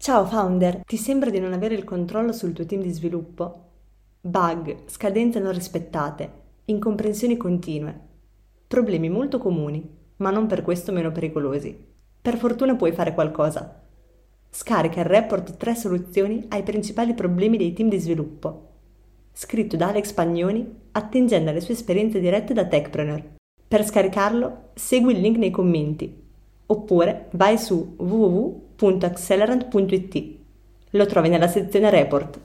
Ciao founder, ti sembra di non avere il controllo sul tuo team di sviluppo? Bug, scadenze non rispettate, incomprensioni continue. Problemi molto comuni, ma non per questo meno pericolosi. Per fortuna puoi fare qualcosa. Scarica il report 3 soluzioni ai principali problemi dei team di sviluppo. Scritto da Alex Pagnoni, attingendo alle sue esperienze dirette da techpreneur. Per scaricarlo, segui il link nei commenti. Oppure vai su www.accelerant.it. Lo trovi nella sezione report.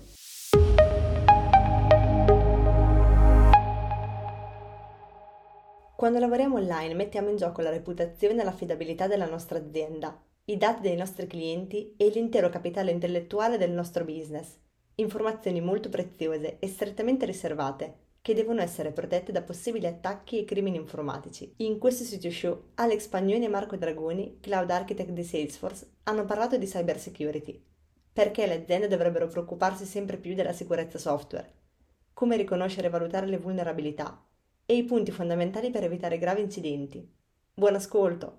Quando lavoriamo online mettiamo in gioco la reputazione e l'affidabilità della nostra azienda, i dati dei nostri clienti e l'intero capitale intellettuale del nostro business. Informazioni molto preziose e strettamente riservate, che devono essere protette da possibili attacchi e crimini informatici. In questo sito show, Alex Pagnoni e Marco Dragoni, Cloud Architect di Salesforce, hanno parlato di cyber security. Perché le aziende dovrebbero preoccuparsi sempre più della sicurezza software? Come riconoscere e valutare le vulnerabilità? E i punti fondamentali per evitare gravi incidenti. Buon ascolto!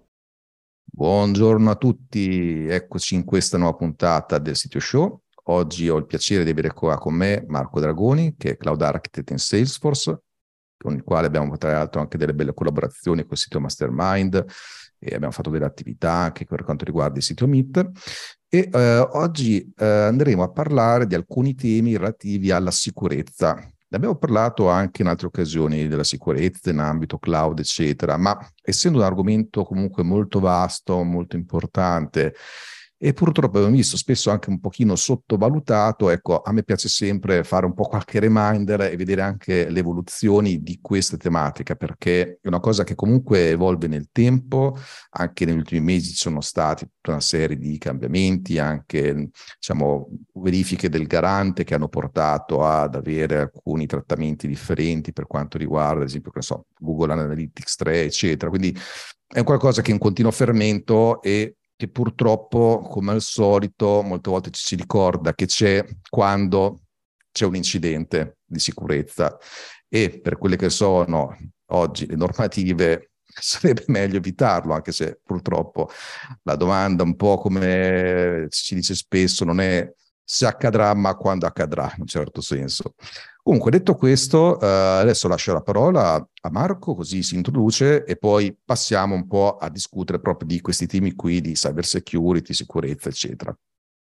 Buongiorno a tutti, eccoci in questa nuova puntata del Sito Show. Oggi ho il piacere di avere qua con me Marco Dragoni, che è Cloud Architect in Salesforce, con il quale abbiamo tra l'altro anche delle belle collaborazioni col sito Mastermind e abbiamo fatto delle attività anche per quanto riguarda il sito Meet. E oggi andremo a parlare di alcuni temi relativi alla sicurezza. Ne abbiamo parlato anche in altre occasioni della sicurezza in ambito cloud, eccetera, ma essendo un argomento comunque molto vasto, molto importante e purtroppo abbiamo visto spesso anche un pochino sottovalutato, ecco, a me piace sempre fare un po' qualche reminder e vedere anche le evoluzioni di questa tematica, perché è una cosa che comunque evolve nel tempo. Anche negli ultimi mesi ci sono stati tutta una serie di cambiamenti, anche diciamo, verifiche del garante che hanno portato ad avere alcuni trattamenti differenti per quanto riguarda, ad esempio, che ne so, Google Analytics 3, eccetera. Quindi è un qualcosa che è in continuo fermento e che purtroppo, come al solito, molte volte ci si ricorda che c'è quando c'è un incidente di sicurezza e per quelle che sono oggi le normative sarebbe meglio evitarlo, anche se purtroppo la domanda un po' come ci dice spesso non è se accadrà ma quando accadrà in un certo senso. Comunque detto questo, adesso lascio la parola a Marco così si introduce e poi passiamo un po' a discutere proprio di questi temi qui di cyber security, sicurezza eccetera.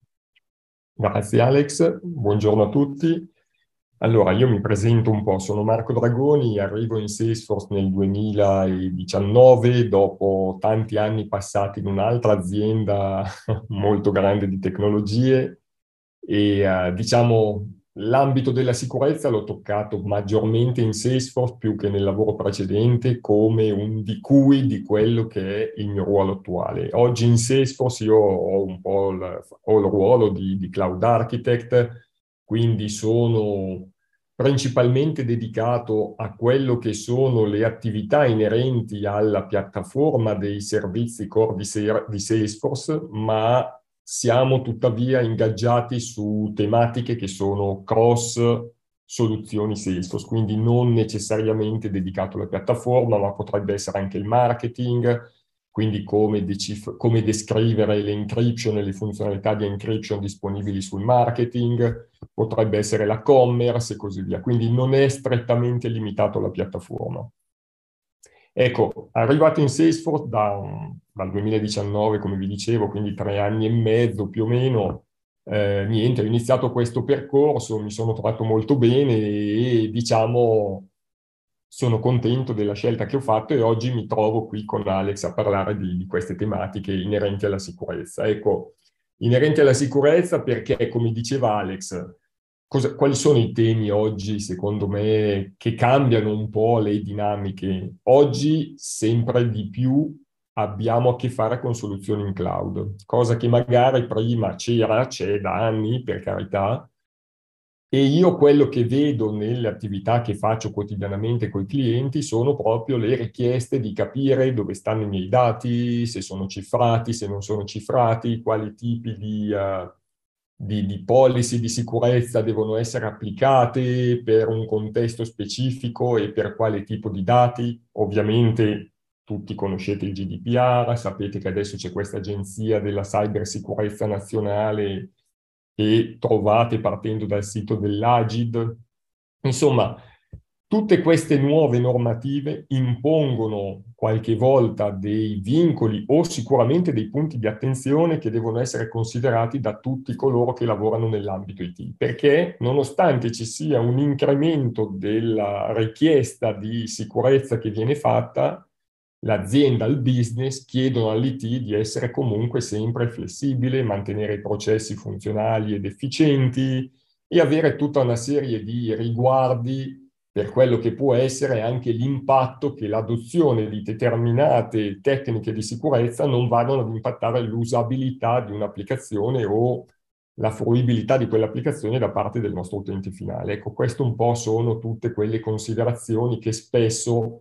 Grazie Alex, buongiorno a tutti. Allora, io mi presento un po', sono Marco Dragoni, arrivo in Salesforce nel 2019 dopo tanti anni passati in un'altra azienda molto grande di tecnologie e diciamo l'ambito della sicurezza l'ho toccato maggiormente in Salesforce più che nel lavoro precedente come un di cui di quello che è il mio ruolo attuale. Oggi in Salesforce io ho un po' ho il ruolo di Cloud Architect, quindi sono principalmente dedicato a quello che sono le attività inerenti alla piattaforma dei servizi core di Salesforce, ma siamo tuttavia ingaggiati su tematiche che sono cross soluzioni Salesforce, quindi non necessariamente dedicato alla piattaforma, ma potrebbe essere anche il marketing, quindi come descrivere le encryption e le funzionalità di encryption disponibili sul marketing, potrebbe essere la commerce e così via. Quindi non è strettamente limitato alla piattaforma. Ecco, arrivato in Salesforce dal 2019, come vi dicevo, quindi 3 anni e mezzo più o meno, niente, ho iniziato questo percorso, mi sono trovato molto bene e diciamo sono contento della scelta che ho fatto e oggi mi trovo qui con Alex a parlare di queste tematiche inerenti alla sicurezza. Ecco, inerenti alla sicurezza perché, come diceva Alex, quali sono i temi oggi, secondo me, che cambiano un po' le dinamiche? Oggi sempre di più abbiamo a che fare con soluzioni in cloud, cosa che magari prima c'è da anni, per carità, e io quello che vedo nelle attività che faccio quotidianamente con i clienti sono proprio le richieste di capire dove stanno i miei dati, se sono cifrati, se non sono cifrati, quali tipi di policy di sicurezza devono essere applicate per un contesto specifico e per quale tipo di dati. Ovviamente tutti conoscete il GDPR, sapete che adesso c'è questa agenzia della cybersicurezza nazionale che trovate partendo dal sito dell'Agid. Insomma, tutte queste nuove normative impongono qualche volta dei vincoli o sicuramente dei punti di attenzione che devono essere considerati da tutti coloro che lavorano nell'ambito IT, perché nonostante ci sia un incremento della richiesta di sicurezza che viene fatta, l'azienda, il business chiedono all'IT di essere comunque sempre flessibile, mantenere i processi funzionali ed efficienti e avere tutta una serie di riguardi per quello che può essere anche l'impatto che l'adozione di determinate tecniche di sicurezza non vadano ad impattare l'usabilità di un'applicazione o la fruibilità di quell'applicazione da parte del nostro utente finale. Ecco, questo un po' sono tutte quelle considerazioni che spesso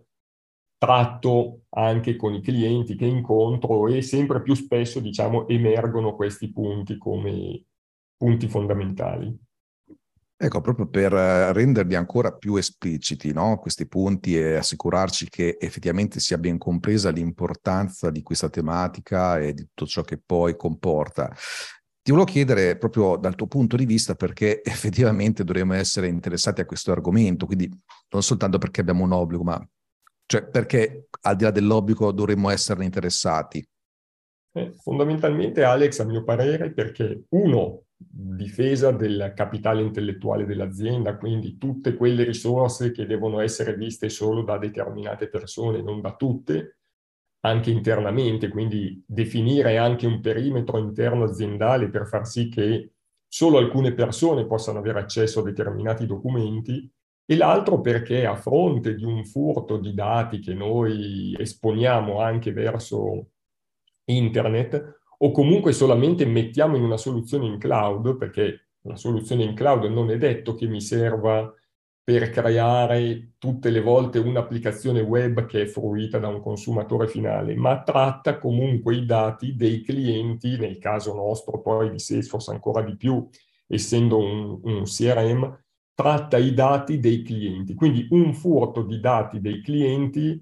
tratto anche con i clienti che incontro e sempre più spesso, diciamo, emergono questi punti come punti fondamentali. Ecco, proprio per renderli ancora più espliciti, no? Questi punti e assicurarci che effettivamente sia ben compresa l'importanza di questa tematica e di tutto ciò che poi comporta. Ti volevo chiedere proprio dal tuo punto di vista perché effettivamente dovremmo essere interessati a questo argomento, quindi non soltanto perché abbiamo un obbligo, ma cioè perché al di là dell'obbligo dovremmo esserne interessati. Fondamentalmente, Alex, a mio parere, perché uno, difesa del capitale intellettuale dell'azienda, quindi tutte quelle risorse che devono essere viste solo da determinate persone, non da tutte, anche internamente, quindi definire anche un perimetro interno aziendale per far sì che solo alcune persone possano avere accesso a determinati documenti, e l'altro perché a fronte di un furto di dati che noi esponiamo anche verso internet, o comunque solamente mettiamo in una soluzione in cloud, perché la soluzione in cloud non è detto che mi serva per creare tutte le volte un'applicazione web che è fruita da un consumatore finale, ma tratta comunque i dati dei clienti, nel caso nostro poi di Salesforce ancora di più, essendo un CRM, tratta i dati dei clienti. Quindi un furto di dati dei clienti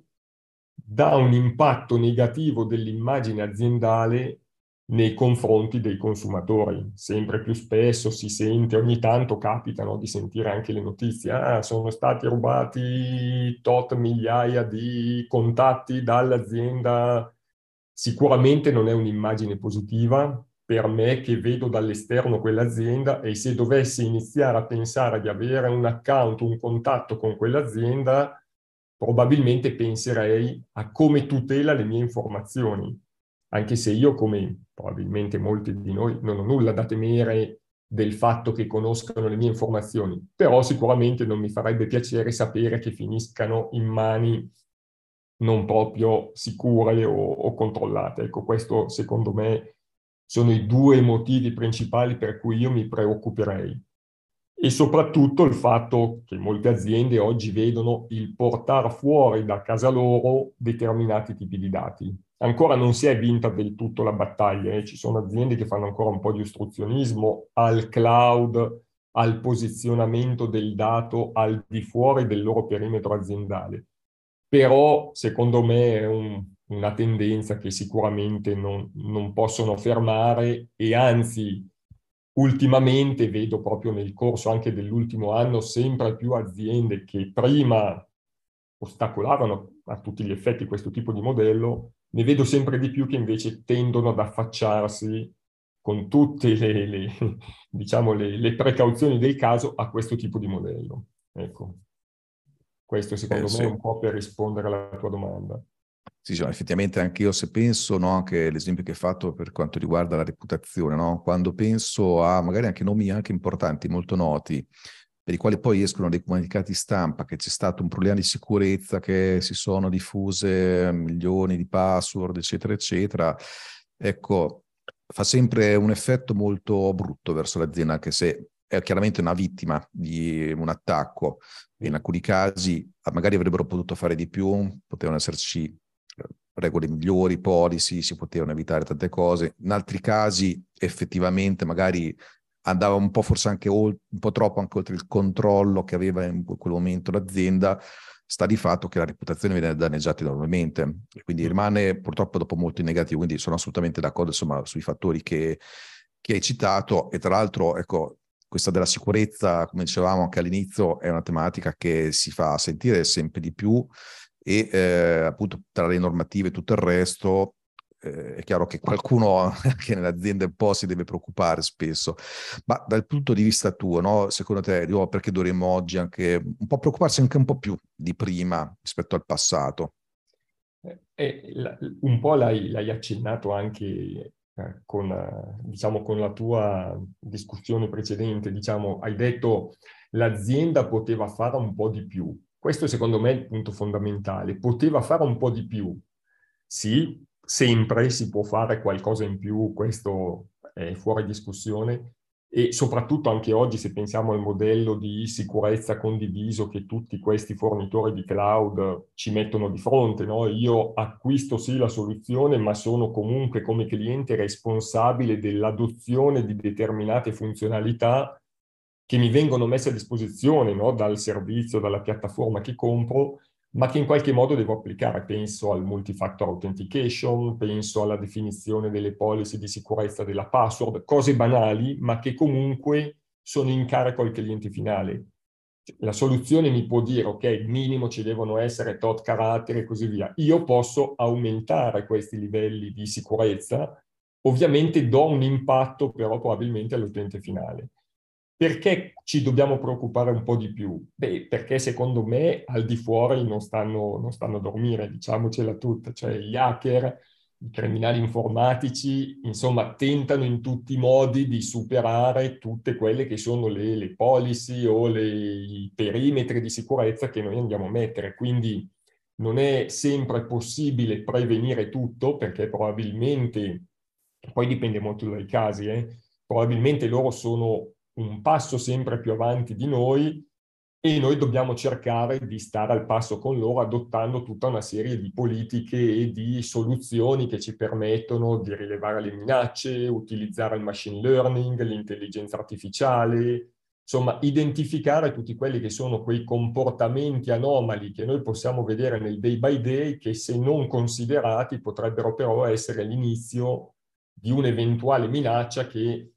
dà un impatto negativo dell'immagine aziendale nei confronti dei consumatori. Sempre più spesso si sente, ogni tanto capitano di sentire anche le notizie, sono stati rubati tot migliaia di contatti dall'azienda. Sicuramente non è un'immagine positiva per me che vedo dall'esterno quell'azienda, e se dovessi iniziare a pensare di avere un account, un contatto con quell'azienda, probabilmente penserei a come tutela le mie informazioni, anche se io, come probabilmente molti di noi, non ho nulla da temere del fatto che conoscano le mie informazioni, però sicuramente non mi farebbe piacere sapere che finiscano in mani non proprio sicure o controllate. Ecco, questo secondo me sono i due motivi principali per cui io mi preoccuperei. E soprattutto il fatto che molte aziende oggi vedono il portare fuori da casa loro determinati tipi di dati. Ancora non si è vinta del tutto la battaglia, ci sono aziende che fanno ancora un po' di ostruzionismo al cloud, al posizionamento del dato al di fuori del loro perimetro aziendale. Però secondo me è una tendenza che sicuramente non possono fermare, e anzi ultimamente vedo proprio nel corso anche dell'ultimo anno sempre più aziende che prima ostacolavano a tutti gli effetti questo tipo di modello, ne vedo sempre di più che invece tendono ad affacciarsi con tutte diciamo, le precauzioni del caso a questo tipo di modello. Ecco, questo secondo me è Sì. un po' per rispondere alla tua domanda. Sì, effettivamente anche io, se penso, no, anche l'esempio che hai fatto per quanto riguarda la reputazione, no? Quando penso a magari anche nomi anche importanti, molto noti, per i quali poi escono dei comunicati stampa che c'è stato un problema di sicurezza, che si sono diffuse milioni di password, eccetera, eccetera, ecco, fa sempre un effetto molto brutto verso l'azienda, anche se è chiaramente una vittima di un attacco. In alcuni casi magari avrebbero potuto fare di più, potevano esserci regole migliori, policy, si potevano evitare tante cose. In altri casi effettivamente magari andava un po' forse anche un po' troppo anche oltre il controllo che aveva in quel momento l'azienda, sta di fatto che la reputazione viene danneggiata enormemente e quindi rimane purtroppo dopo molto in negativo, quindi sono assolutamente d'accordo insomma sui fattori che hai citato. E tra l'altro ecco, questa della sicurezza, come dicevamo anche all'inizio, è una tematica che si fa sentire sempre di più e appunto tra le normative e tutto il resto è chiaro che qualcuno anche nelle aziende un po' si deve preoccupare spesso. Ma dal punto di vista tuo, no? Secondo te, perché dovremmo oggi anche un po' preoccuparsi anche un po' più di prima rispetto al passato? Un po' l'hai accennato anche diciamo, con la tua discussione precedente. Diciamo, hai detto l'azienda poteva fare un po' di più. Questo secondo me è il punto fondamentale. Poteva fare un po' di più. Sì, sempre si può fare qualcosa in più, questo è fuori discussione. E soprattutto anche oggi, se pensiamo al modello di sicurezza condiviso che tutti questi fornitori di cloud ci mettono di fronte, no? Io acquisto sì la soluzione, ma sono comunque come cliente responsabile dell'adozione di determinate funzionalità che mi vengono messe a disposizione, no? Dal servizio, dalla piattaforma che compro, ma che in qualche modo devo applicare. Penso al multifactor authentication, penso alla definizione delle policy di sicurezza della password, cose banali, ma che comunque sono in carico al cliente finale. La soluzione mi può dire, ok, minimo ci devono essere tot caratteri e così via. Io posso aumentare questi livelli di sicurezza, ovviamente do un impatto però probabilmente all'utente finale. Perché ci dobbiamo preoccupare un po' di più? Beh, perché secondo me al di fuori non stanno a dormire, diciamocela tutta, cioè gli hacker, i criminali informatici, insomma, tentano in tutti i modi di superare tutte quelle che sono le policy o i perimetri di sicurezza che noi andiamo a mettere. Quindi non è sempre possibile prevenire tutto, perché probabilmente, poi dipende molto dai casi, probabilmente loro sono un passo sempre più avanti di noi e noi dobbiamo cercare di stare al passo con loro adottando tutta una serie di politiche e di soluzioni che ci permettono di rilevare le minacce, utilizzare il machine learning, l'intelligenza artificiale, insomma, identificare tutti quelli che sono quei comportamenti anomali che noi possiamo vedere nel day by day che se non considerati potrebbero però essere l'inizio di un'eventuale minaccia che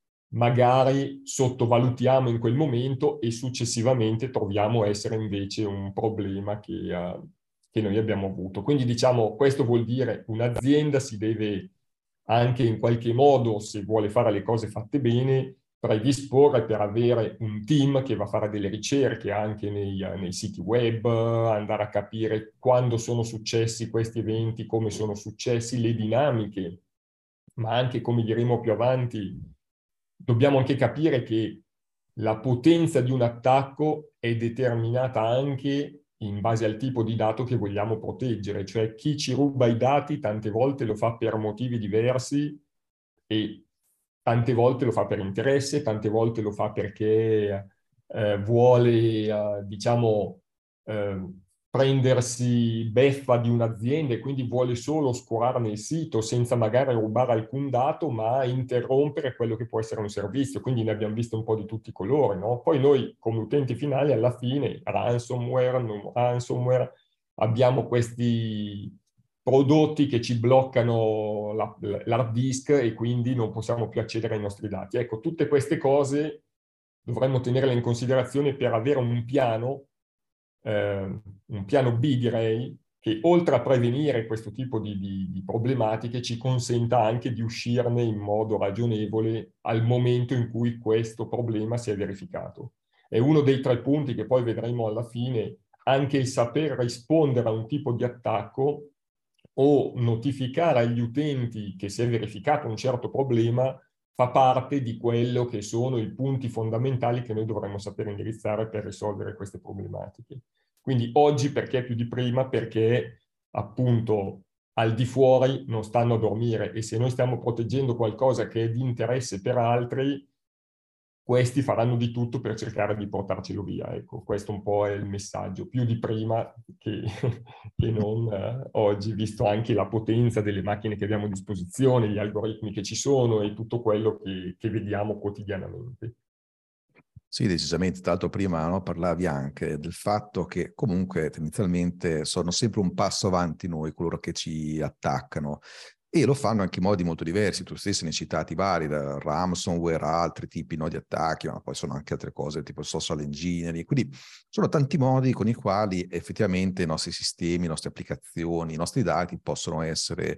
magari sottovalutiamo in quel momento e successivamente troviamo essere invece un problema che noi abbiamo avuto. Quindi diciamo, questo vuol dire un'azienda si deve anche in qualche modo, se vuole fare le cose fatte bene, predisporre per avere un team che va a fare delle ricerche anche nei siti web, andare a capire quando sono successi questi eventi, come sono successi, le dinamiche, ma anche, come diremo più avanti, dobbiamo anche capire che la potenza di un attacco è determinata anche in base al tipo di dato che vogliamo proteggere, cioè chi ci ruba i dati tante volte lo fa per motivi diversi e tante volte lo fa per interesse, tante volte lo fa perché vuole, diciamo, eh, prendersi beffa di un'azienda e quindi vuole solo scorarne il sito senza magari rubare alcun dato, ma interrompere quello che può essere un servizio. Quindi ne abbiamo visto un po' di tutti i colori, no? Poi noi, come utenti finali, alla fine, ransomware, non ransomware, abbiamo questi prodotti che ci bloccano l'hard disk e quindi non possiamo più accedere ai nostri dati. Ecco, tutte queste cose dovremmo tenerle in considerazione per avere un piano B, direi, che oltre a prevenire questo tipo di problematiche ci consenta anche di uscirne in modo ragionevole al momento in cui questo problema si è verificato. È uno dei 3 punti che poi vedremo alla fine, anche il saper rispondere a un tipo di attacco o notificare agli utenti che si è verificato un certo problema fa parte di quello che sono i punti fondamentali che noi dovremmo sapere indirizzare per risolvere queste problematiche. Quindi oggi perché più di prima? Perché appunto al di fuori non stanno a dormire e se noi stiamo proteggendo qualcosa che è di interesse per altri, questi faranno di tutto per cercare di portarcelo via. Ecco, questo un po' è il messaggio, più di prima che, che non oggi, visto anche la potenza delle macchine che abbiamo a disposizione, gli algoritmi che ci sono e tutto quello che vediamo quotidianamente. Sì, decisamente. Tra l'altro prima, no, parlavi anche del fatto che comunque tendenzialmente sono sempre un passo avanti noi, coloro che ci attaccano, e lo fanno anche in modi molto diversi. Tu stesso ne hai citati vari, da ransomware a altri tipi, no, di attacchi, ma poi sono anche altre cose tipo social engineering. Quindi sono tanti modi con i quali effettivamente i nostri sistemi, le nostre applicazioni, i nostri dati possono essere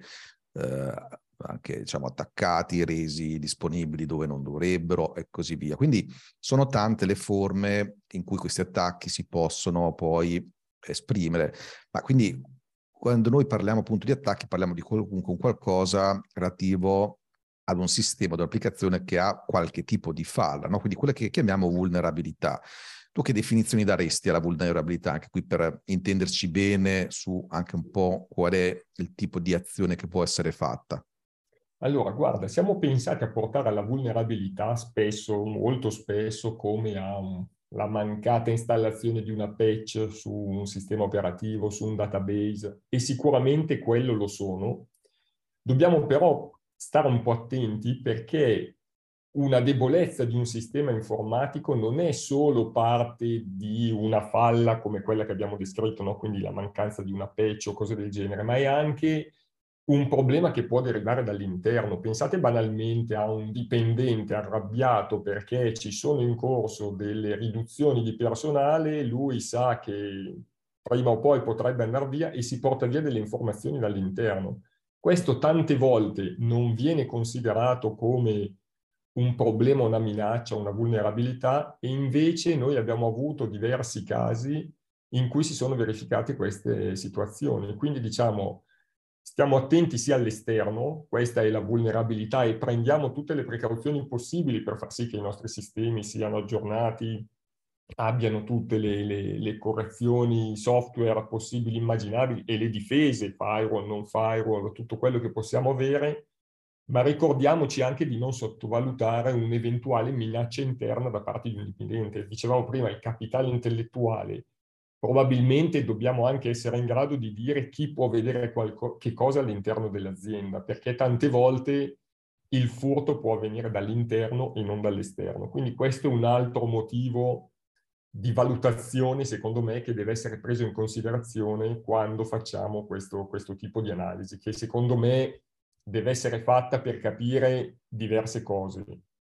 anche, diciamo, attaccati, resi disponibili dove non dovrebbero e così via. Quindi sono tante le forme in cui questi attacchi si possono poi esprimere. Ma quindi quando noi parliamo appunto di attacchi, parliamo di comunque qualcosa relativo ad un sistema, ad un'applicazione che ha qualche tipo di falla, no? Quindi quella che chiamiamo vulnerabilità. Tu che definizioni daresti alla vulnerabilità, anche qui per intenderci bene su anche un po' qual è il tipo di azione che può essere fatta? Allora, guarda, siamo pensati a portare alla vulnerabilità spesso, molto spesso, come la mancata installazione di una patch su un sistema operativo, su un database, e sicuramente quello lo sono. Dobbiamo però stare un po' attenti, perché una debolezza di un sistema informatico non è solo parte di una falla come quella che abbiamo descritto, no? Quindi la mancanza di una patch o cose del genere, ma è anche un problema che può derivare dall'interno. Pensate banalmente a un dipendente arrabbiato perché ci sono in corso delle riduzioni di personale, lui sa che prima o poi potrebbe andare via e si porta via delle informazioni dall'interno. Questo tante volte non viene considerato come un problema, una minaccia, una vulnerabilità, e invece noi abbiamo avuto diversi casi in cui si sono verificate queste situazioni. Quindi diciamo, stiamo attenti sia all'esterno, questa è la vulnerabilità, e prendiamo tutte le precauzioni possibili per far sì che i nostri sistemi siano aggiornati, abbiano tutte le correzioni software possibili, immaginabili, e le difese, firewall, non firewall, tutto quello che possiamo avere, ma ricordiamoci anche di non sottovalutare un'eventuale minaccia interna da parte di un dipendente. Dicevamo prima, il capitale intellettuale. Probabilmente dobbiamo anche essere in grado di dire chi può vedere che cosa all'interno dell'azienda, perché tante volte il furto può avvenire dall'interno e non dall'esterno. Quindi questo è un altro motivo di valutazione, secondo me, che deve essere preso in considerazione quando facciamo questo tipo di analisi, che secondo me deve essere fatta per capire diverse cose.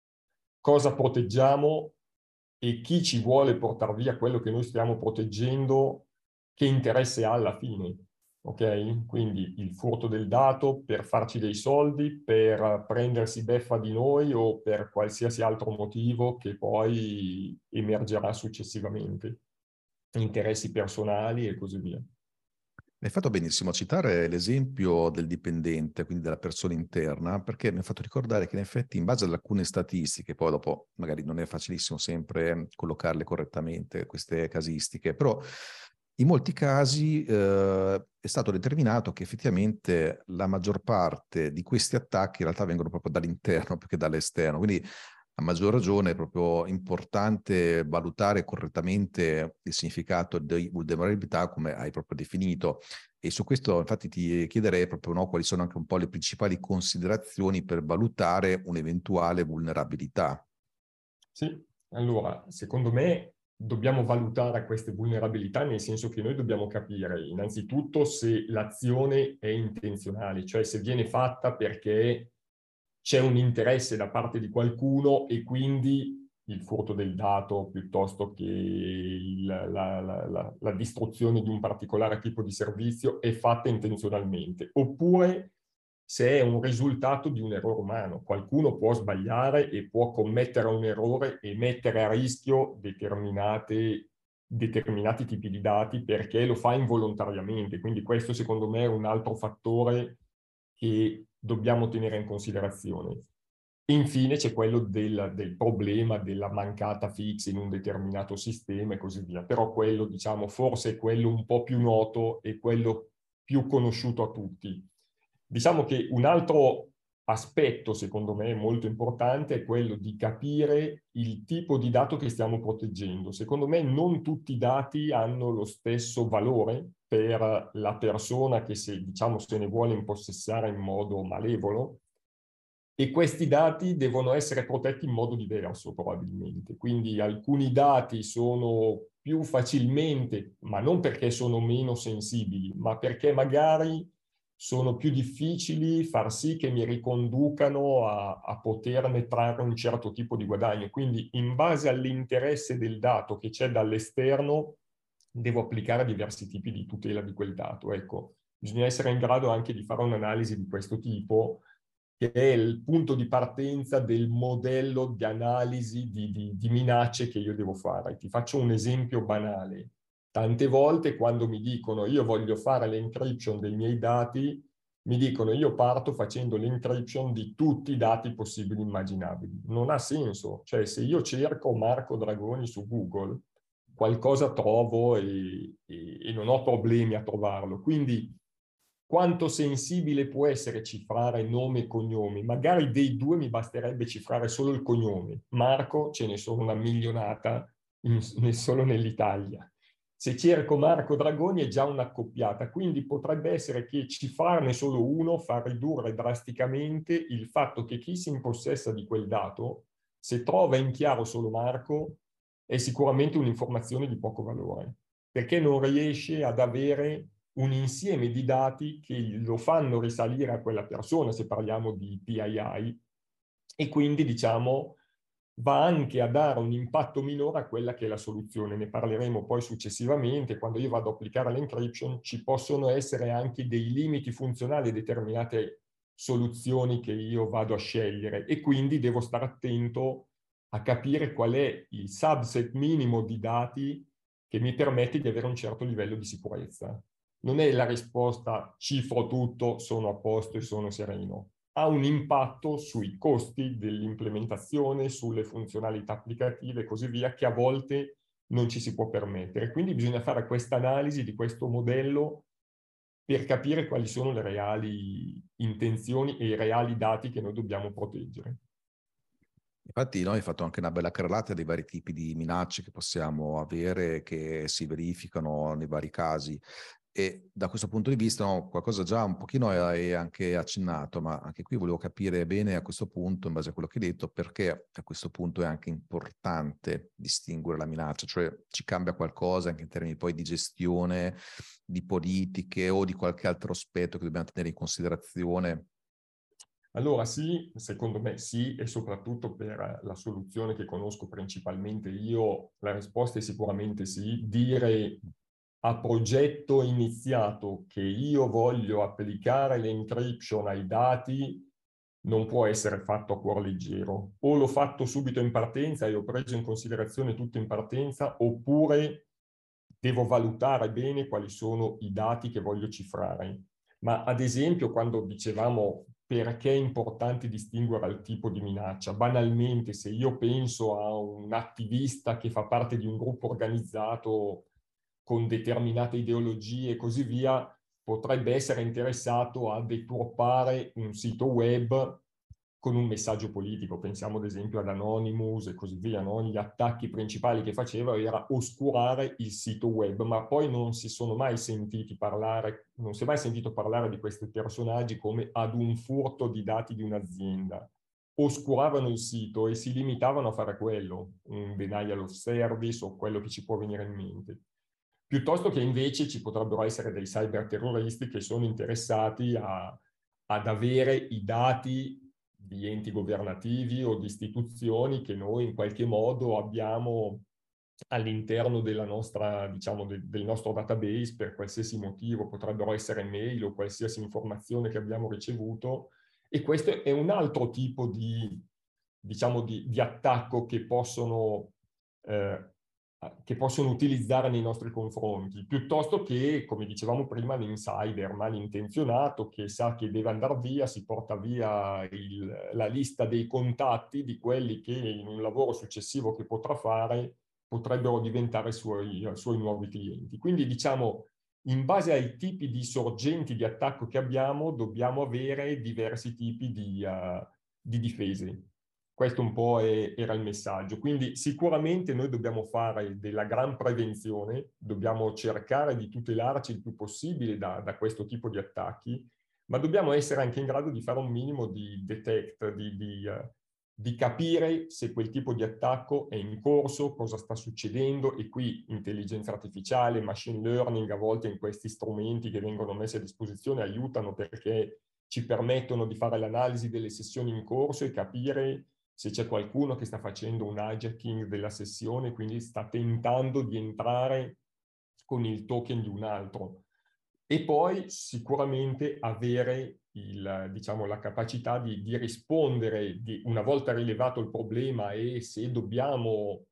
Cosa proteggiamo e chi ci vuole portare via quello che noi stiamo proteggendo, che interesse ha alla fine. Ok? Quindi il furto del dato per farci dei soldi, per prendersi beffa di noi o per qualsiasi altro motivo che poi emergerà successivamente. Interessi personali e così via. Hai fatto benissimo a citare l'esempio del dipendente, quindi della persona interna, perché mi ha fatto ricordare che in effetti in base ad alcune statistiche, poi dopo magari non è facilissimo sempre collocarle correttamente, queste casistiche, però in molti casi è stato determinato che effettivamente la maggior parte di questi attacchi in realtà vengono proprio dall'interno più che dall'esterno, quindi a maggior ragione è proprio importante valutare correttamente il significato di vulnerabilità come hai proprio definito, e su questo infatti ti chiederei proprio, no, quali sono anche un po' le principali considerazioni per valutare un'eventuale vulnerabilità. Sì, allora, secondo me dobbiamo valutare queste vulnerabilità, nel senso che noi dobbiamo capire innanzitutto se l'azione è intenzionale, cioè se viene fatta perché c'è un interesse da parte di qualcuno e quindi il furto del dato piuttosto che la distruzione di un particolare tipo di servizio è fatta intenzionalmente, oppure se è un risultato di un errore umano. Qualcuno può sbagliare e può commettere un errore e mettere a rischio determinati tipi di dati perché lo fa involontariamente. Quindi questo secondo me è un altro fattore che dobbiamo tenere in considerazione. Infine c'è quello del problema della mancata fix in un determinato sistema e così via. Però quello, diciamo, forse è quello un po' più noto e quello più conosciuto a tutti. Diciamo che un altro aspetto, secondo me, molto importante è quello di capire il tipo di dato che stiamo proteggendo. Secondo me non tutti i dati hanno lo stesso valore per la persona che diciamo, se ne vuole impossessare in modo malevolo, e questi dati devono essere protetti in modo diverso probabilmente. Quindi alcuni dati sono più facilmente, ma non perché sono meno sensibili, ma perché magari sono più difficili far sì che mi riconducano a poterne trarre un certo tipo di guadagno. Quindi in base all'interesse del dato che c'è dall'esterno, devo applicare diversi tipi di tutela di quel dato. Ecco, bisogna essere in grado anche di fare un'analisi di questo tipo, che è il punto di partenza del modello di analisi di minacce che io devo fare. Ti faccio un esempio banale. Tante volte quando mi dicono io voglio fare l'encryption dei miei dati, mi dicono io parto facendo l'encryption di tutti i dati possibili e immaginabili. Non ha senso. Cioè, se io cerco Marco Dragoni su Google, qualcosa trovo e non ho problemi a trovarlo. Quindi quanto sensibile può essere cifrare nome e cognome? Magari dei due mi basterebbe cifrare solo il cognome. Marco ce ne sono una milionata solo nell'Italia. Se cerco Marco Dragoni è già un'accoppiata, quindi potrebbe essere che cifrarne solo uno fa ridurre drasticamente il fatto che chi si impossessa di quel dato, se trova in chiaro solo Marco, è sicuramente un'informazione di poco valore, perché non riesce ad avere un insieme di dati che lo fanno risalire a quella persona, se parliamo di PII, e quindi, diciamo, va anche a dare un impatto minore a quella che è la soluzione. Ne parleremo poi successivamente. Quando io vado ad applicare l'encryption, ci possono essere anche dei limiti funzionali a determinate soluzioni che io vado a scegliere, e quindi devo stare attento a capire qual è il subset minimo di dati che mi permette di avere un certo livello di sicurezza. Non è la risposta cifro tutto, sono a posto e sono sereno. Ha un impatto sui costi dell'implementazione, sulle funzionalità applicative e così via, che a volte non ci si può permettere. Quindi bisogna fare questa analisi di questo modello per capire quali sono le reali intenzioni e i reali dati che noi dobbiamo proteggere. Infatti noi hai fatto anche una bella carrellata dei vari tipi di minacce che possiamo avere, che si verificano nei vari casi. E da questo punto di vista, no, qualcosa già un pochino hai anche accennato, ma anche qui volevo capire bene a questo punto, in base a quello che hai detto, perché a questo punto è anche importante distinguere la minaccia, cioè ci cambia qualcosa anche in termini poi di gestione, di politiche o di qualche altro aspetto che dobbiamo tenere in considerazione. Allora sì, secondo me sì, e soprattutto per la soluzione che conosco principalmente io, la risposta è sicuramente sì. Dire a progetto iniziato che io voglio applicare l'encryption ai dati non può essere fatto a cuor leggero. O l'ho fatto subito in partenza e ho preso in considerazione tutto in partenza, oppure devo valutare bene quali sono i dati che voglio cifrare. Ma ad esempio, quando dicevamo perché è importante distinguere il tipo di minaccia, banalmente, se io penso a un attivista che fa parte di un gruppo organizzato con determinate ideologie e così via, potrebbe essere interessato a deturpare un sito web con un messaggio politico. Pensiamo ad esempio ad Anonymous e così via, no? Gli attacchi principali che faceva era oscurare il sito web, ma poi non si sono mai sentiti parlare, non si è mai sentito parlare di questi personaggi come ad un furto di dati di un'azienda. Oscuravano il sito e si limitavano a fare quello, un denial of service o quello che ci può venire in mente. Piuttosto che invece ci potrebbero essere dei cyberterroristi che sono interessati ad avere i dati di enti governativi o di istituzioni che noi in qualche modo abbiamo all'interno della nostra, diciamo, del nostro database per qualsiasi motivo, potrebbero essere mail o qualsiasi informazione che abbiamo ricevuto, e questo è un altro tipo di, diciamo, di attacco che possono utilizzare nei nostri confronti, piuttosto che, come dicevamo prima, l'insider malintenzionato che sa che deve andare via, si porta via la lista dei contatti di quelli che in un lavoro successivo che potrà fare potrebbero diventare suoi nuovi clienti. Quindi, diciamo, in base ai tipi di sorgenti di attacco che abbiamo, dobbiamo avere diversi tipi di difese. Questo un po' era il messaggio. Quindi sicuramente noi dobbiamo fare della gran prevenzione, dobbiamo cercare di tutelarci il più possibile da questo tipo di attacchi, ma dobbiamo essere anche in grado di fare un minimo di detect, di capire se quel tipo di attacco è in corso, cosa sta succedendo, e qui intelligenza artificiale, machine learning, a volte in questi strumenti che vengono messi a disposizione aiutano perché ci permettono di fare l'analisi delle sessioni in corso e capire se c'è qualcuno che sta facendo un hijacking della sessione, quindi sta tentando di entrare con il token di un altro. E poi sicuramente avere diciamo, la capacità di rispondere una volta rilevato il problema, e se dobbiamo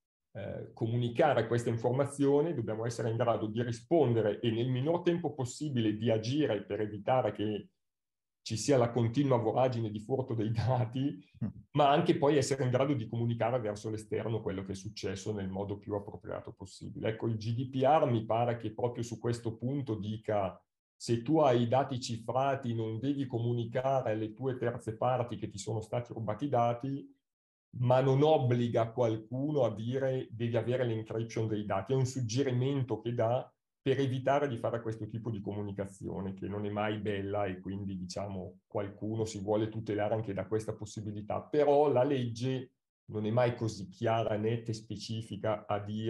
comunicare questa informazione, dobbiamo essere in grado di rispondere e nel minor tempo possibile di agire per evitare che ci sia la continua voragine di furto dei dati, ma anche poi essere in grado di comunicare verso l'esterno quello che è successo nel modo più appropriato possibile. Ecco, il GDPR mi pare che proprio su questo punto dica: se tu hai i dati cifrati non devi comunicare alle tue terze parti che ti sono stati rubati i dati, ma non obbliga qualcuno a dire devi avere l'encryption dei dati. È un suggerimento che dà per evitare di fare questo tipo di comunicazione, che non è mai bella, e quindi, diciamo, qualcuno si vuole tutelare anche da questa possibilità. Però la legge non è mai così chiara, netta e specifica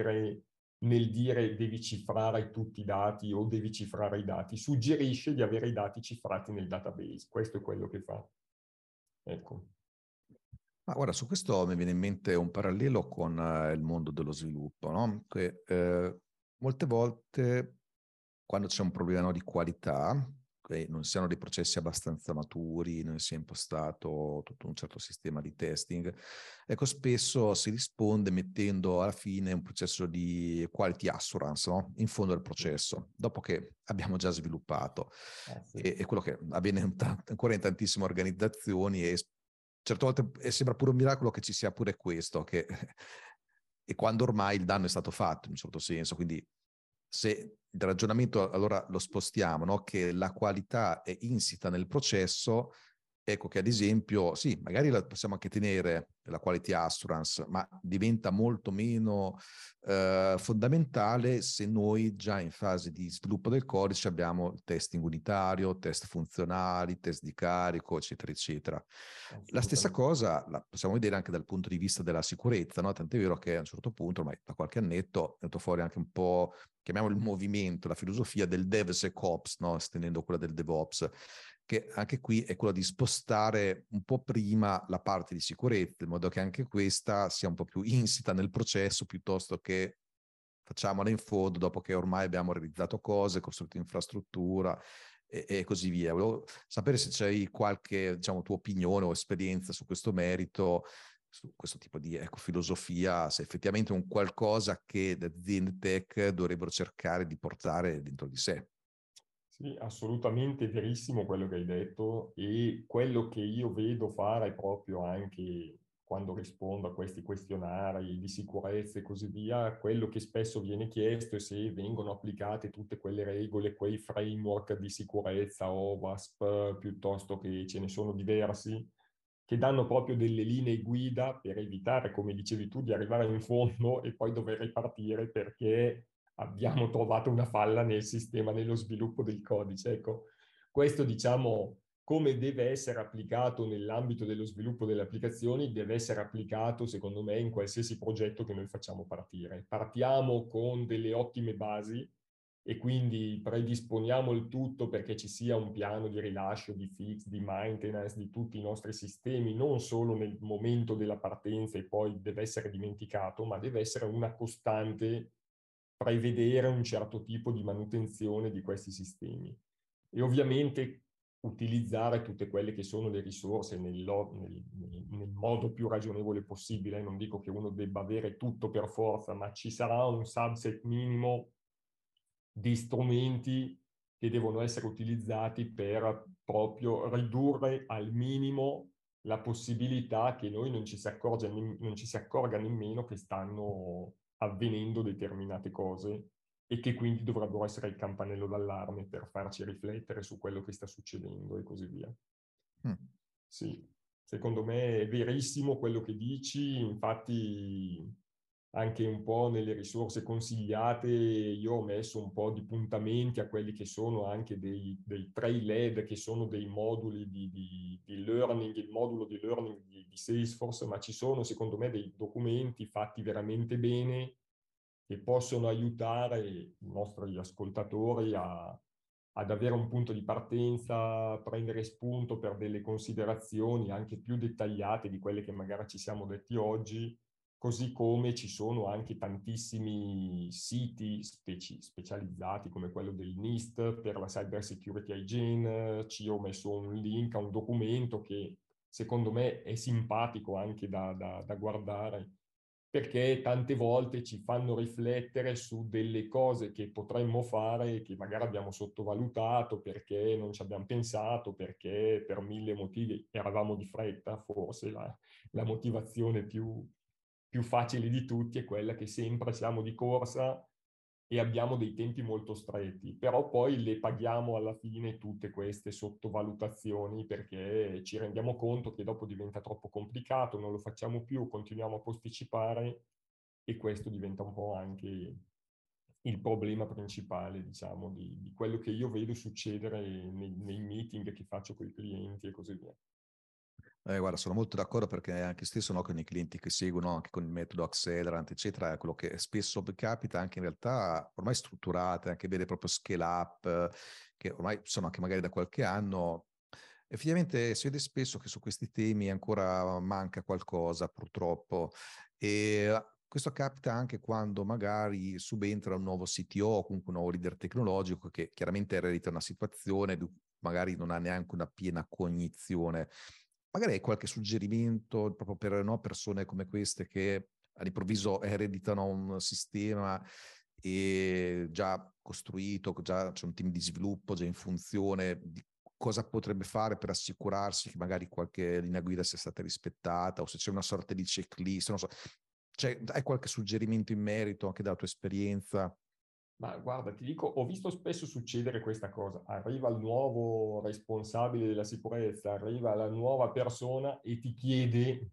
nel dire devi cifrare tutti i dati o devi cifrare i dati. Suggerisce di avere i dati cifrati nel database. Questo è quello che fa. Ecco. Ma guarda, su questo mi viene in mente un parallelo con il mondo dello sviluppo, no? Che molte volte quando c'è un problema, no, di qualità, che non siano dei processi abbastanza maturi, non sia impostato tutto un certo sistema di testing, ecco, spesso si risponde mettendo alla fine un processo di quality assurance, no? In fondo al processo, dopo che abbiamo già sviluppato. Sì. E quello che avviene ancora in tantissime organizzazioni, e certe volte sembra pure un miracolo che ci sia pure questo, e quando ormai il danno è stato fatto, in un certo senso. Quindi se il ragionamento allora lo spostiamo, no? Che la qualità è insita nel processo, ecco che ad esempio, sì, magari la possiamo anche tenere la quality assurance, ma diventa molto meno fondamentale se noi già in fase di sviluppo del codice abbiamo il testing unitario, test funzionali, test di carico, eccetera, eccetera. La stessa cosa la possiamo vedere anche dal punto di vista della sicurezza, no? Tant'è vero che a un certo punto, ormai da qualche annetto, è venuto fuori anche un po', chiamiamolo il movimento, la filosofia del DevSecOps, no? Estendendo quella del DevOps, che anche qui è quella di spostare un po' prima la parte di sicurezza, in modo che anche questa sia un po' più insita nel processo, piuttosto che facciamola in fondo dopo che ormai abbiamo realizzato cose, costruito infrastruttura e così via. Volevo sapere se c'hai qualche, diciamo, tua opinione o esperienza su questo merito, su questo tipo di filosofia, se effettivamente è un qualcosa che le aziende tech dovrebbero cercare di portare dentro di sé. Sì, assolutamente verissimo quello che hai detto, e quello che io vedo fare proprio anche quando rispondo a questi questionari di sicurezza e così via, quello che spesso viene chiesto è se vengono applicate tutte quelle regole, quei framework di sicurezza, OWASP, piuttosto che ce ne sono diversi, che danno proprio delle linee guida per evitare, come dicevi tu, di arrivare in fondo e poi dover ripartire perché abbiamo trovato una falla nel sistema, nello sviluppo del codice. Ecco, questo, diciamo, come deve essere applicato nell'ambito dello sviluppo delle applicazioni, deve essere applicato, secondo me, in qualsiasi progetto che noi facciamo partire. Partiamo con delle ottime basi e quindi predisponiamo il tutto perché ci sia un piano di rilascio, di fix, di maintenance di tutti i nostri sistemi, non solo nel momento della partenza e poi deve essere dimenticato, ma deve essere una costante prevedere un certo tipo di manutenzione di questi sistemi. E ovviamente utilizzare tutte quelle che sono le risorse nel modo più ragionevole possibile. Non dico che uno debba avere tutto per forza, ma ci sarà un subset minimo di strumenti che devono essere utilizzati per proprio ridurre al minimo la possibilità che noi non ci si accorga nemmeno che stanno avvenendo determinate cose e che quindi dovrebbero essere il campanello d'allarme per farci riflettere su quello che sta succedendo e così via. Mm. Sì, secondo me è verissimo quello che dici, infatti anche un po' nelle risorse consigliate io ho messo un po' di puntamenti a quelli che sono anche dei trailhead, che sono dei moduli di learning, il modulo di learning di Salesforce, ma ci sono secondo me dei documenti fatti veramente bene che possono aiutare i nostri ascoltatori ad avere un punto di partenza, prendere spunto per delle considerazioni anche più dettagliate di quelle che magari ci siamo detti oggi, così come ci sono anche tantissimi siti specializzati come quello del NIST per la Cyber Security Hygiene. Ci ho messo un link a un documento che secondo me è simpatico anche da guardare, perché tante volte ci fanno riflettere su delle cose che potremmo fare che magari abbiamo sottovalutato perché non ci abbiamo pensato, perché per mille motivi eravamo di fretta. Forse la motivazione più facile di tutti è quella che sempre siamo di corsa e abbiamo dei tempi molto stretti, però poi le paghiamo alla fine tutte queste sottovalutazioni perché ci rendiamo conto che dopo diventa troppo complicato, non lo facciamo più, continuiamo a posticipare e questo diventa un po' anche il problema principale, diciamo, di quello che io vedo succedere nei meeting che faccio con i clienti e così via. Guarda, sono molto d'accordo perché anche stesso, no, con i clienti che seguono, anche con il metodo Accelerant, eccetera, è quello che spesso capita anche in realtà ormai strutturate, anche vere proprio scale up, che ormai sono anche magari da qualche anno. Effettivamente si vede spesso che su questi temi ancora manca qualcosa, purtroppo. E questo capita anche quando magari subentra un nuovo CTO o comunque un nuovo leader tecnologico che chiaramente eredita una situazione, magari non ha neanche una piena cognizione. Magari hai qualche suggerimento proprio per, no, persone come queste che all'improvviso ereditano un sistema e già costruito, già c'è un team di sviluppo già in funzione, di cosa potrebbe fare per assicurarsi che magari qualche linea guida sia stata rispettata o se c'è una sorta di checklist, non so. Cioè, hai qualche suggerimento in merito anche dalla tua esperienza? Ma guarda, ti dico, ho visto spesso succedere questa cosa. Arriva il nuovo responsabile della sicurezza, arriva la nuova persona e ti chiede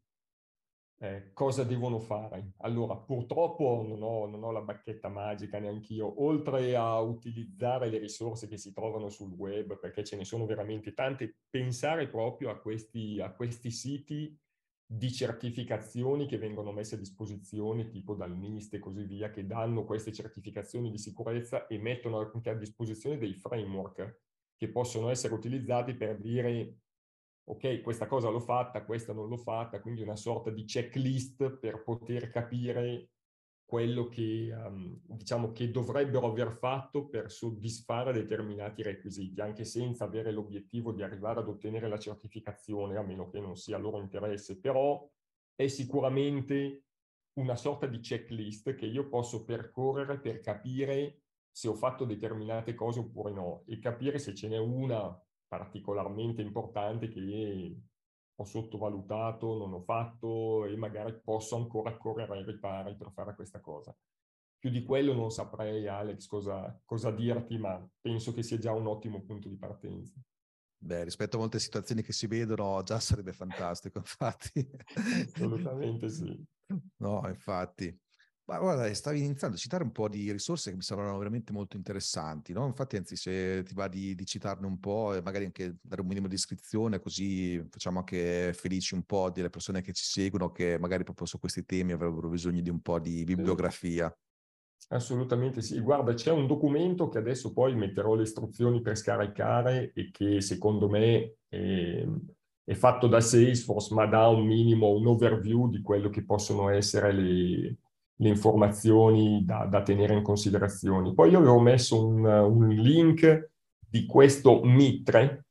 cosa devono fare. Allora, purtroppo non ho la bacchetta magica neanch'io. Oltre a utilizzare le risorse che si trovano sul web, perché ce ne sono veramente tante, pensare proprio a questi siti di certificazioni che vengono messe a disposizione, tipo dal NIST e così via, che danno queste certificazioni di sicurezza e mettono anche a disposizione dei framework che possono essere utilizzati per dire ok, questa cosa l'ho fatta, questa non l'ho fatta, quindi una sorta di checklist per poter capire quello che, diciamo, che dovrebbero aver fatto per soddisfare determinati requisiti, anche senza avere l'obiettivo di arrivare ad ottenere la certificazione, a meno che non sia a loro interesse, però è sicuramente una sorta di checklist che io posso percorrere per capire se ho fatto determinate cose oppure no, e capire se ce n'è una particolarmente importante che ho sottovalutato, non ho fatto e magari posso ancora correre ai ripari per fare questa cosa. Più di quello non saprei, Alex, cosa dirti, ma penso che sia già un ottimo punto di partenza. Beh, rispetto a molte situazioni che si vedono, già sarebbe fantastico, infatti. Assolutamente sì. No, infatti. Ma guarda, stavi iniziando a citare un po' di risorse che mi sembrano veramente molto interessanti, no? Infatti, anzi, se ti va di citarne un po' e magari anche dare un minimo di descrizione, così facciamo anche felici un po' delle persone che ci seguono, che magari proprio su questi temi avrebbero bisogno di un po' di Sì. bibliografia. Assolutamente sì. Guarda, c'è un documento che adesso poi metterò le istruzioni per scaricare e che secondo me è fatto da Salesforce, ma dà un minimo, un overview di quello che possono essere le informazioni da tenere in considerazione. Poi io avevo messo un link di questo Mitre,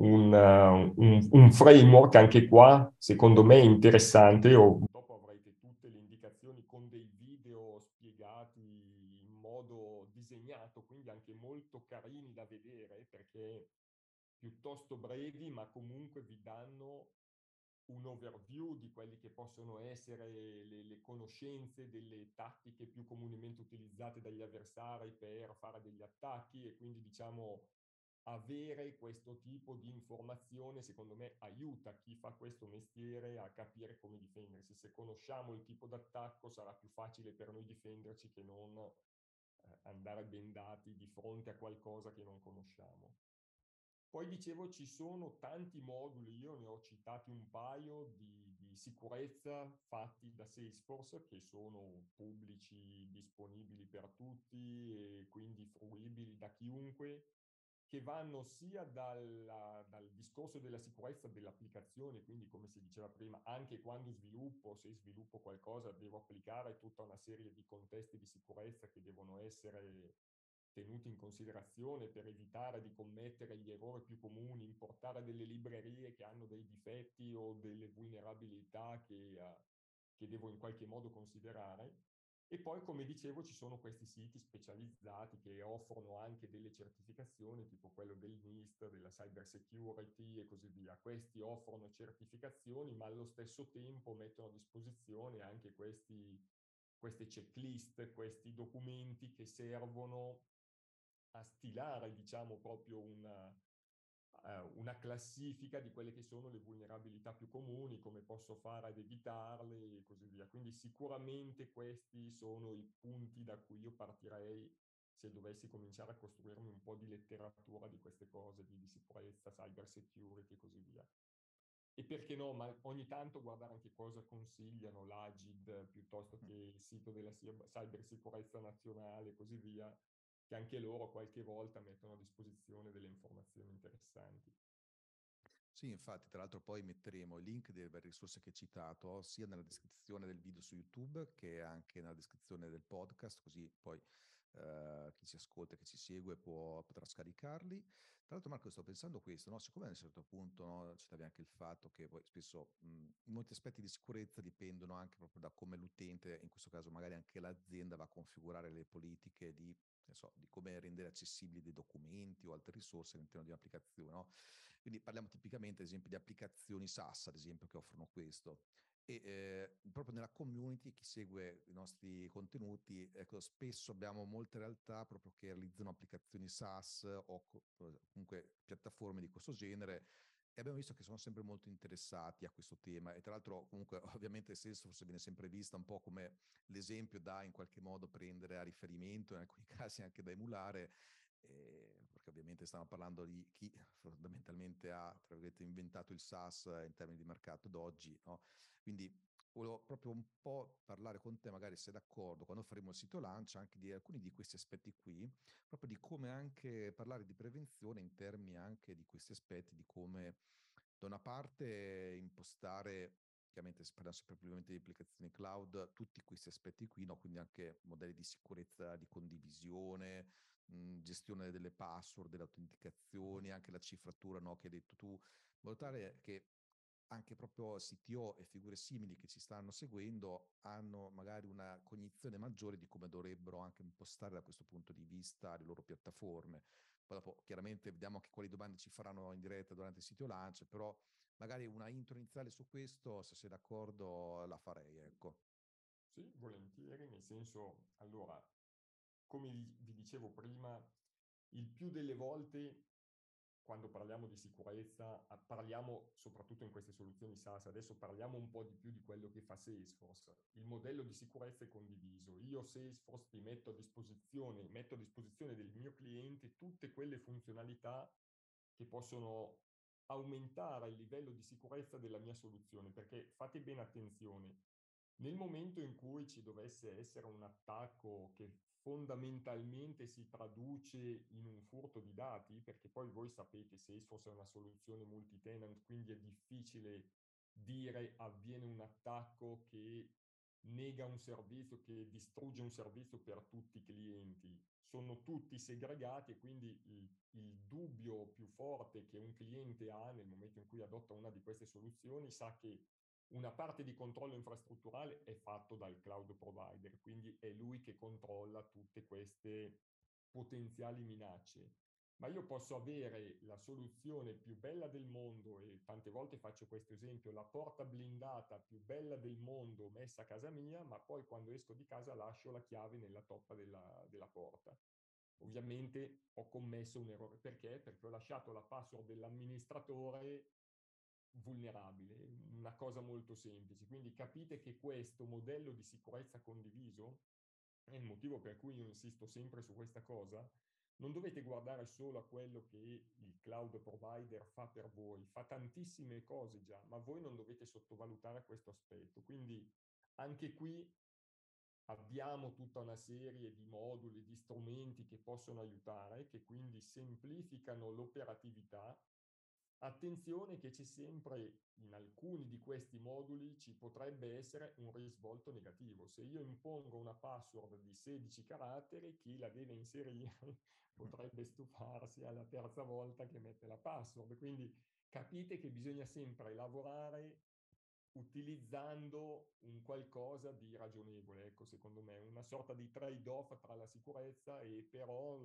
un framework anche qua, secondo me interessante. Dopo avrete tutte le indicazioni con dei video spiegati in modo disegnato, quindi anche molto carini da vedere, perché piuttosto brevi, ma comunque vi danno un overview di quelli che possono essere le conoscenze delle tattiche più comunemente utilizzate dagli avversari per fare degli attacchi, e quindi diciamo avere questo tipo di informazione, secondo me, aiuta chi fa questo mestiere a capire come difendersi. Se conosciamo il tipo d'attacco sarà più facile per noi difenderci che non andare bendati di fronte a qualcosa che non conosciamo. Poi dicevo, ci sono tanti moduli, io ne ho citati un paio di sicurezza fatti da Salesforce, che sono pubblici, disponibili per tutti e quindi fruibili da chiunque, che vanno sia dal discorso della sicurezza dell'applicazione, quindi come si diceva prima, anche quando se sviluppo qualcosa, devo applicare tutta una serie di contesti di sicurezza che devono essere tenuti in considerazione per evitare di commettere gli errori più comuni, importare delle librerie che hanno dei difetti o delle vulnerabilità che devo in qualche modo considerare. E poi, come dicevo, ci sono questi siti specializzati che offrono anche delle certificazioni, tipo quello del NIST, della Cyber Security e così via. Questi offrono certificazioni, ma allo stesso tempo mettono a disposizione anche queste checklist, questi documenti che servono a stilare, diciamo, proprio una classifica di quelle che sono le vulnerabilità più comuni, come posso fare ad evitarle e così via. Quindi sicuramente questi sono i punti da cui io partirei se dovessi cominciare a costruirmi un po' di letteratura di queste cose, di sicurezza, cyber security e così via. E perché no, ma ogni tanto guardare anche cosa consigliano l'Agid piuttosto che il sito della cybersicurezza nazionale e così via, che anche loro qualche volta mettono a disposizione delle informazioni interessanti. Sì, infatti, tra l'altro poi metteremo i link delle varie risorse che hai citato sia nella descrizione del video su YouTube che anche nella descrizione del podcast, così poi chi ci ascolta, chi ci segue potrà scaricarli. Tra l'altro, Marco, sto pensando questo, no? Siccome a un certo punto, no, citavi anche il fatto che poi spesso molti aspetti di sicurezza dipendono anche proprio da come l'utente, in questo caso magari anche l'azienda, va a configurare le politiche di come rendere accessibili dei documenti o altre risorse all'interno di un'applicazione, no? Quindi parliamo tipicamente, ad esempio, di applicazioni SaaS, ad esempio, che offrono questo. E proprio nella community, chi segue i nostri contenuti, ecco, spesso abbiamo molte realtà proprio che realizzano applicazioni SaaS o comunque piattaforme di questo genere, e abbiamo visto che sono sempre molto interessati a questo tema. E tra l'altro, comunque, ovviamente Salesforce viene sempre vista un po' come l'esempio da in qualche modo prendere a riferimento, in alcuni casi anche da emulare, perché ovviamente stiamo parlando di chi fondamentalmente ha, tra virgolette, inventato il SaaS in termini di mercato d'oggi, no? Quindi volevo proprio un po' parlare con te, magari sei d'accordo, quando faremo il sito launch, anche di alcuni di questi aspetti qui, proprio di come anche parlare di prevenzione in termini anche di questi aspetti, di come da una parte impostare, chiaramente si parla sempre ovviamente di applicazioni cloud, tutti questi aspetti qui, no? Quindi anche modelli di sicurezza, di condivisione, gestione delle password, delle autenticazioni, anche la cifratura, no? Che hai detto tu, in modo tale che anche proprio CTO e figure simili che ci stanno seguendo hanno magari una cognizione maggiore di come dovrebbero anche impostare da questo punto di vista le loro piattaforme. Poi dopo chiaramente vediamo anche quali domande ci faranno in diretta durante il sito launch, però magari una intro iniziale su questo, se sei d'accordo, la farei, ecco. Sì, volentieri, nel senso, allora, come vi dicevo prima, il più delle volte quando parliamo di sicurezza, parliamo soprattutto in queste soluzioni SaaS, adesso parliamo un po' di più di quello che fa Salesforce. Il modello di sicurezza è condiviso. Io Salesforce ti metto a disposizione del mio cliente tutte quelle funzionalità che possono aumentare il livello di sicurezza della mia soluzione, perché fate bene attenzione, nel momento in cui ci dovesse essere un attacco che fondamentalmente si traduce in un furto di dati, perché poi voi sapete Salesforce è una soluzione multi-tenant, quindi è difficile dire avviene un attacco che nega un servizio, che distrugge un servizio per tutti i clienti. Sono tutti segregati e quindi il dubbio più forte che un cliente ha nel momento in cui adotta una di queste soluzioni sa che una parte di controllo infrastrutturale è fatto dal cloud provider, quindi è lui che controlla tutte queste potenziali minacce. ma io posso avere la soluzione più bella del mondo, e tante volte faccio questo esempio, la porta blindata più bella del mondo messa a casa mia, ma poi quando esco di casa lascio la chiave nella toppa della porta. Ovviamente ho commesso un errore. Perché? Perché ho lasciato la password dell'amministratore vulnerabile, una cosa molto semplice. Quindi capite che questo modello di sicurezza condiviso è il motivo per cui io insisto sempre su questa cosa. Non dovete guardare solo a quello che il cloud provider fa per voi, fa tantissime cose già, ma voi non dovete sottovalutare questo aspetto. Quindi anche qui abbiamo tutta una serie di moduli, di strumenti che possono aiutare, che quindi semplificano l'operatività. Attenzione che c'è sempre, in alcuni di questi moduli ci potrebbe essere un risvolto negativo. Se io impongo una password di 16 caratteri, chi la deve inserire potrebbe stufarsi alla terza volta che mette la password. Quindi capite che bisogna sempre lavorare utilizzando un qualcosa di ragionevole, ecco, secondo me, una sorta di trade-off tra la sicurezza e però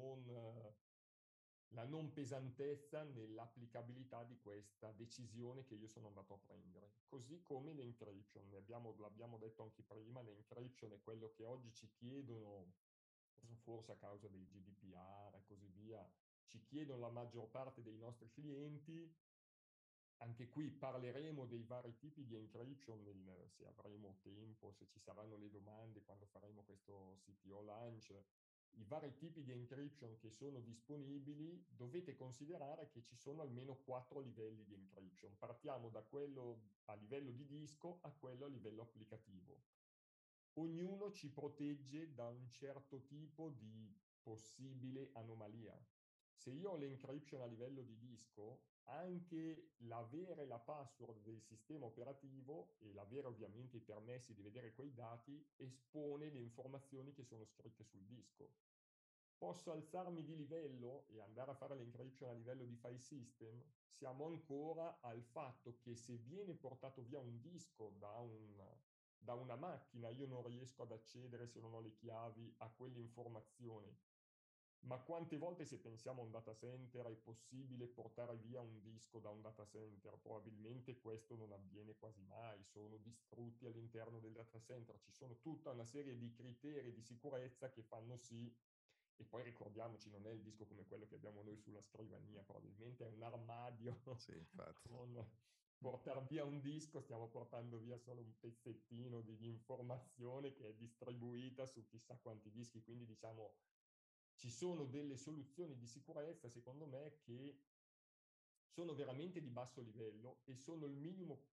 la non pesantezza nell'applicabilità di questa decisione che io sono andato a prendere. Così come l'encryption, l'abbiamo detto anche prima, l'encryption è quello che oggi ci chiedono, forse a causa del GDPR e così via, ci chiedono la maggior parte dei nostri clienti. Anche qui parleremo dei vari tipi di encryption, se avremo tempo, se ci saranno le domande quando faremo questo CTO Launch. I vari tipi di encryption che sono disponibili, dovete considerare che ci sono almeno 4 livelli di encryption. Partiamo da quello a livello di disco a quello a livello applicativo. Ognuno ci protegge da un certo tipo di possibile anomalia. Se io ho l'encryption a livello di disco, anche l'avere la password del sistema operativo e l'avere ovviamente i permessi di vedere quei dati espone le informazioni che sono scritte sul disco. Posso alzarmi di livello e andare a fare l'encryption a livello di file system? Siamo ancora al fatto che se viene portato via un disco da una macchina, io non riesco ad accedere, se non ho le chiavi, a quelle informazioni. Ma quante volte, se pensiamo a un data center, è possibile portare via un disco da un data center? Probabilmente questo non avviene quasi mai, sono distrutti all'interno del data center. Ci sono tutta una serie di criteri di sicurezza che fanno sì, e poi ricordiamoci, non è il disco come quello che abbiamo noi sulla scrivania, probabilmente è un armadio Sì, infatti. con portare via un disco, stiamo portando via solo un pezzettino di informazione che è distribuita su chissà quanti dischi, quindi diciamo ci sono delle soluzioni di sicurezza, secondo me, che sono veramente di basso livello e sono il minimo,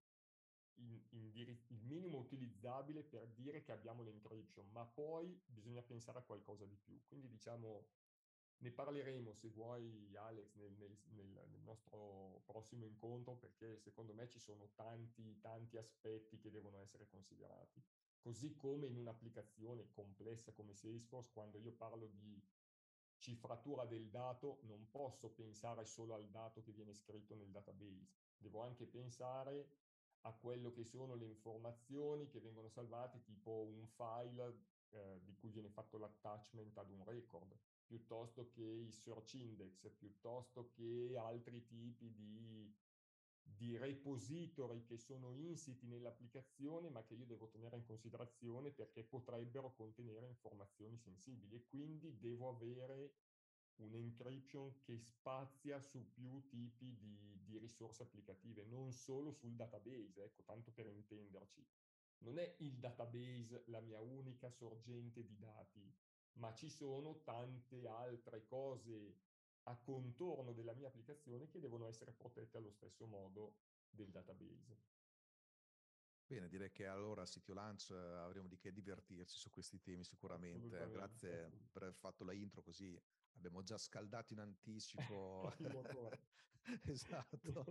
il minimo utilizzabile per dire che abbiamo l'encryption, ma poi bisogna pensare a qualcosa di più. Quindi diciamo, ne parleremo se vuoi, Alex, nel nostro prossimo incontro, perché secondo me ci sono tanti aspetti che devono essere considerati. Così come in un'applicazione complessa come Salesforce, quando io parlo di cifratura del dato, non posso pensare solo al dato che viene scritto nel database, devo anche pensare a quello che sono le informazioni che vengono salvate, tipo un file di cui viene fatto l'attachment ad un record, piuttosto che i search index, piuttosto che altri tipi di repository che sono insiti nell'applicazione, ma che io devo tenere in considerazione perché potrebbero contenere informazioni sensibili e quindi devo avere un encryption che spazia su più tipi di risorse applicative, non solo sul database, ecco, tanto per intenderci. Non è il database la mia unica sorgente di dati, ma ci sono tante altre cose a contorno della mia applicazione che devono essere protette allo stesso modo del database. Bene, direi che allora a Sitio Lunch avremo di che divertirci su questi temi sicuramente. Assolutamente, Grazie per assolutamente. aver fatto la intro così abbiamo già scaldato in anticipo. Il motore. Esatto.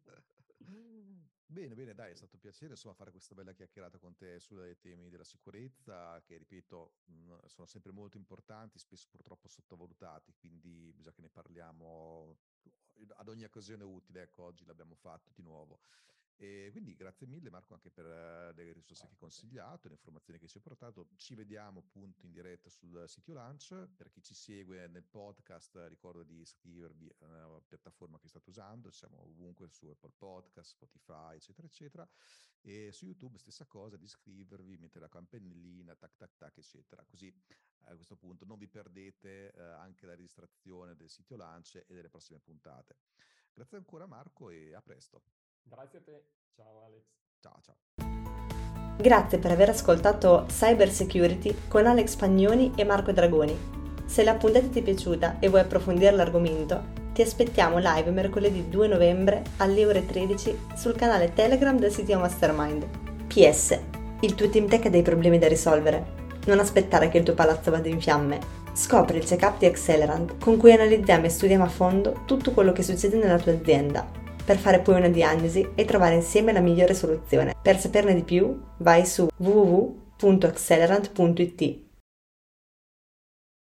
Bene, bene, dai, è stato un piacere insomma fare questa bella chiacchierata con te sui temi della sicurezza che, ripeto, sono sempre molto importanti, spesso purtroppo sottovalutati, quindi bisogna che ne parliamo ad ogni occasione utile. Ecco, oggi l'abbiamo fatto di nuovo. E quindi grazie mille Marco anche per le risorse che hai consigliato, le informazioni che ci hai portato. Ci vediamo appunto in diretta sul sito Lunch. Per chi ci segue nel podcast, ricordo di iscrivervi alla piattaforma che state usando, siamo ovunque su Apple Podcast, Spotify, eccetera eccetera, e su YouTube stessa cosa, di iscrivervi, mettere la campanellina, tac tac tac eccetera, così a questo punto non vi perdete anche la registrazione del sito Lunch e delle prossime puntate. Grazie ancora Marco e a presto. Grazie a te, ciao Alex. Ciao ciao. Grazie per aver ascoltato Cyber Security con Alex Pagnoni e Marco Dragoni. Se la puntata ti è piaciuta e vuoi approfondire l'argomento, ti aspettiamo live mercoledì 2 novembre alle ore 13 sul canale Telegram del sito Mastermind. PS, il tuo team tech ha dei problemi da risolvere. Non aspettare che il tuo palazzo vada in fiamme. Scopri il check-up di Accelerant con cui analizziamo e studiamo a fondo tutto quello che succede nella tua azienda, per fare poi una diagnosi e trovare insieme la migliore soluzione. Per saperne di più, vai su www.accelerant.it.